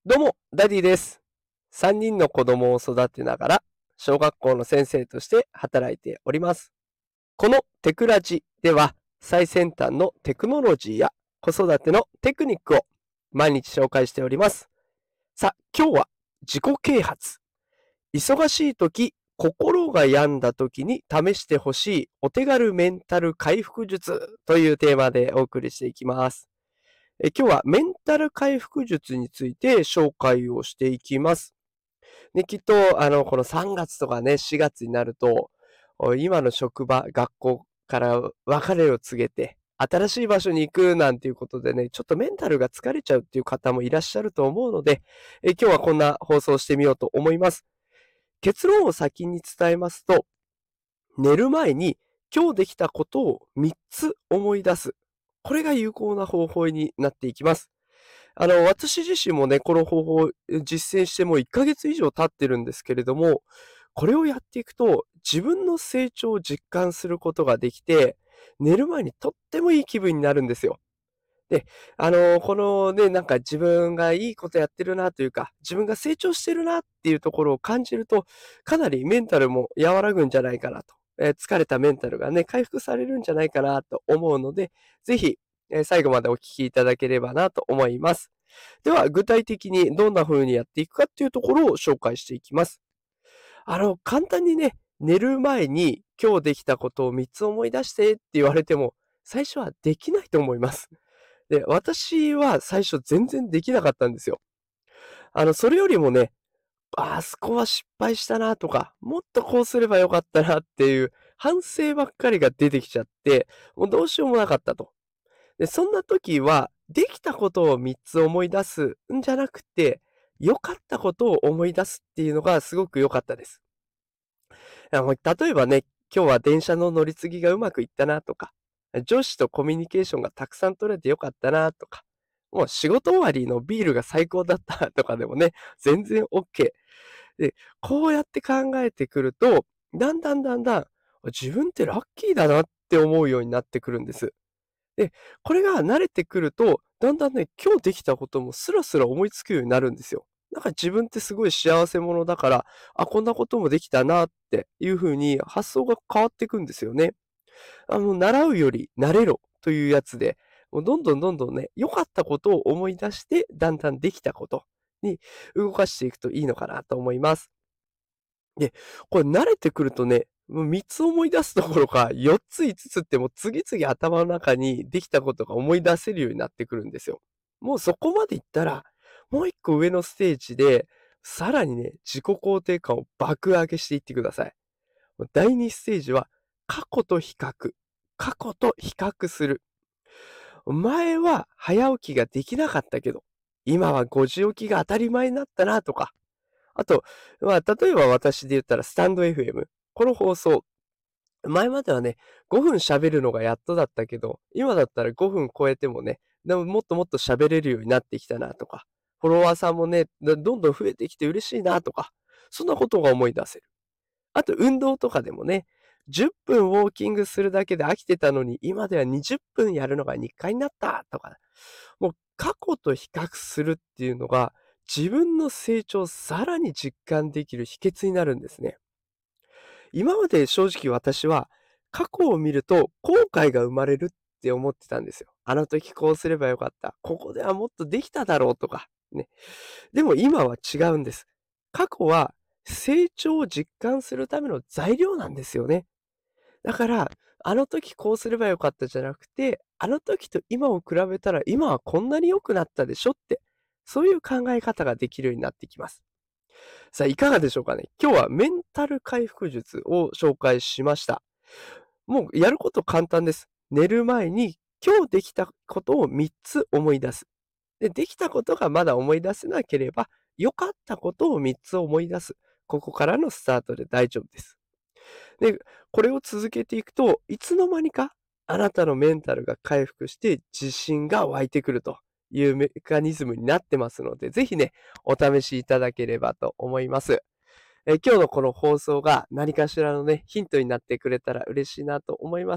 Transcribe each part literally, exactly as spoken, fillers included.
どうも、ダディです。さんにんの子供を育てながら、小学校の先生として働いております。このテクラジでは、最先端のテクノロジーや子育てのテクニックを毎日紹介しております。さあ、今日は自己啓発。忙しい時、心が病んだ時に試してほしいお手軽メンタル回復術というテーマでお送りしていきます。え今日はメンタル回復術について紹介をしていきます。ね、きっと、あの、このさんがつとかね、しがつになると、お今の職場、学校から別れを告げて、新しい場所に行くなんていうことでね、ちょっとメンタルが疲れちゃうっていう方もいらっしゃると思うので、え今日はこんな放送をしてみようと思います。結論を先に伝えますと、寝る前に今日できたことをみっつ思い出す。これが有効な方法になっていきます。あの、私自身もね、この方法を実践してもういっかげつ以上経ってるんですけれども、これをやっていくと、自分の成長を実感することができて、寝る前にとってもいい気分になるんですよ。で、あの、このね、なんか自分がいいことやってるなというか、自分が成長してるなっていうところを感じると、かなりメンタルも和らぐんじゃないかなと。えー疲れたメンタルがね、回復されるんじゃないかなと思うので、ぜひ、えー最後までお聞きいただければなと思います。では、具体的にどんな風にやっていくかっていうところを紹介していきます。あの、簡単にね、寝る前に今日できたことをみっつ思い出してって言われても、最初はできないと思います。で、私は最初全然できなかったんですよ。あの、それよりもね、ああそこは失敗したなとか、もっとこうすればよかったなっていう反省ばっかりが出てきちゃって、もうどうしようもなかったと。で、そんな時は、できたことをみっつ思い出すんじゃなくて、良かったことを思い出すっていうのがすごく良かったです。あの、例えばね、今日は電車の乗り継ぎがうまくいったなとか、上司とコミュニケーションがたくさん取れて良かったなとか、もう仕事終わりのビールが最高だったとかでもね、全然オッケー。で、こうやって考えてくると、だんだんだんだん、自分ってラッキーだなって思うようになってくるんです。で、これが慣れてくると、だんだんね、今日できたこともスラスラ思いつくようになるんですよ。なんか自分ってすごい幸せ者だから、あ、こんなこともできたなっていう風に発想が変わっていくんですよね。あの、習うより慣れろというやつで、もうどんどんどんどんね、良かったことを思い出して、だんだんできたことに動かしていくといいのかなと思います。で、これ慣れてくるとね、もうみっつ思い出すどころか、よっついつつってもう次々頭の中にできたことが思い出せるようになってくるんですよ。もうそこまでいったら、もういっこ上のステージで、さらにね、自己肯定感を爆上げしていってください。だいにステージは、過去と比較。過去と比較する。前は早起きができなかったけど、今はごじ起きが当たり前になったなとか、あと、まあ、例えば私で言ったらスタンド エフエム。この放送、前まではね、ごふん喋るのがやっとだったけど、今だったらごふん超えてもね、でももっともっと喋れるようになってきたなとか、フォロワーさんもね、どどんどん増えてきて嬉しいなとか、そんなことが思い出せる。あと運動とかでもね、じゅっぷんウォーキングするだけで飽きてたのに、今ではにじゅっぷんやるのが日課になったとか、もう過去と比較するっていうのが、自分の成長をさらに実感できる秘訣になるんですね。今まで正直私は、過去を見ると後悔が生まれるって思ってたんですよ。あの時こうすればよかった。ここではもっとできただろうとか、ね。でも今は違うんです。過去は成長を実感するための材料なんですよね。だから、あの時こうすればよかったじゃなくて、あの時と今を比べたら今はこんなに良くなったでしょって、そういう考え方ができるようになってきます。さあ、いかがでしょうかね。今日はメンタル回復術を紹介しました。もうやること簡単です。寝る前に今日できたことをみっつ思い出す。で、できたことがまだ思い出せなければ、良かったことをみっつ思い出す。ここからのスタートで大丈夫です。で、これを続けていくと、いつの間にかあなたのメンタルが回復して自信が湧いてくるというメカニズムになってますので、ぜひね、お試しいただければと思います。え今日のこの放送が何かしらのね、ヒントになってくれたら嬉しいなと思います。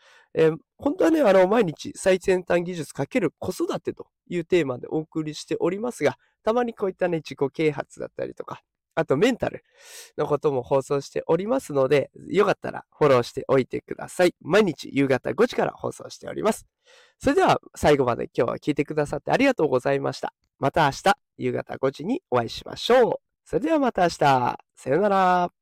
えー本当はね、あの、毎日最先端技術×子育てというテーマでお送りしておりますが、たまにこういったね、自己啓発だったりとか、あとメンタルのことも放送しておりますので、よかったらフォローしておいてください。毎日夕方ごじから放送しております。それでは最後まで今日は聞いてくださってありがとうございました。また明日夕方ごじにお会いしましょう。それではまた明日。さよなら。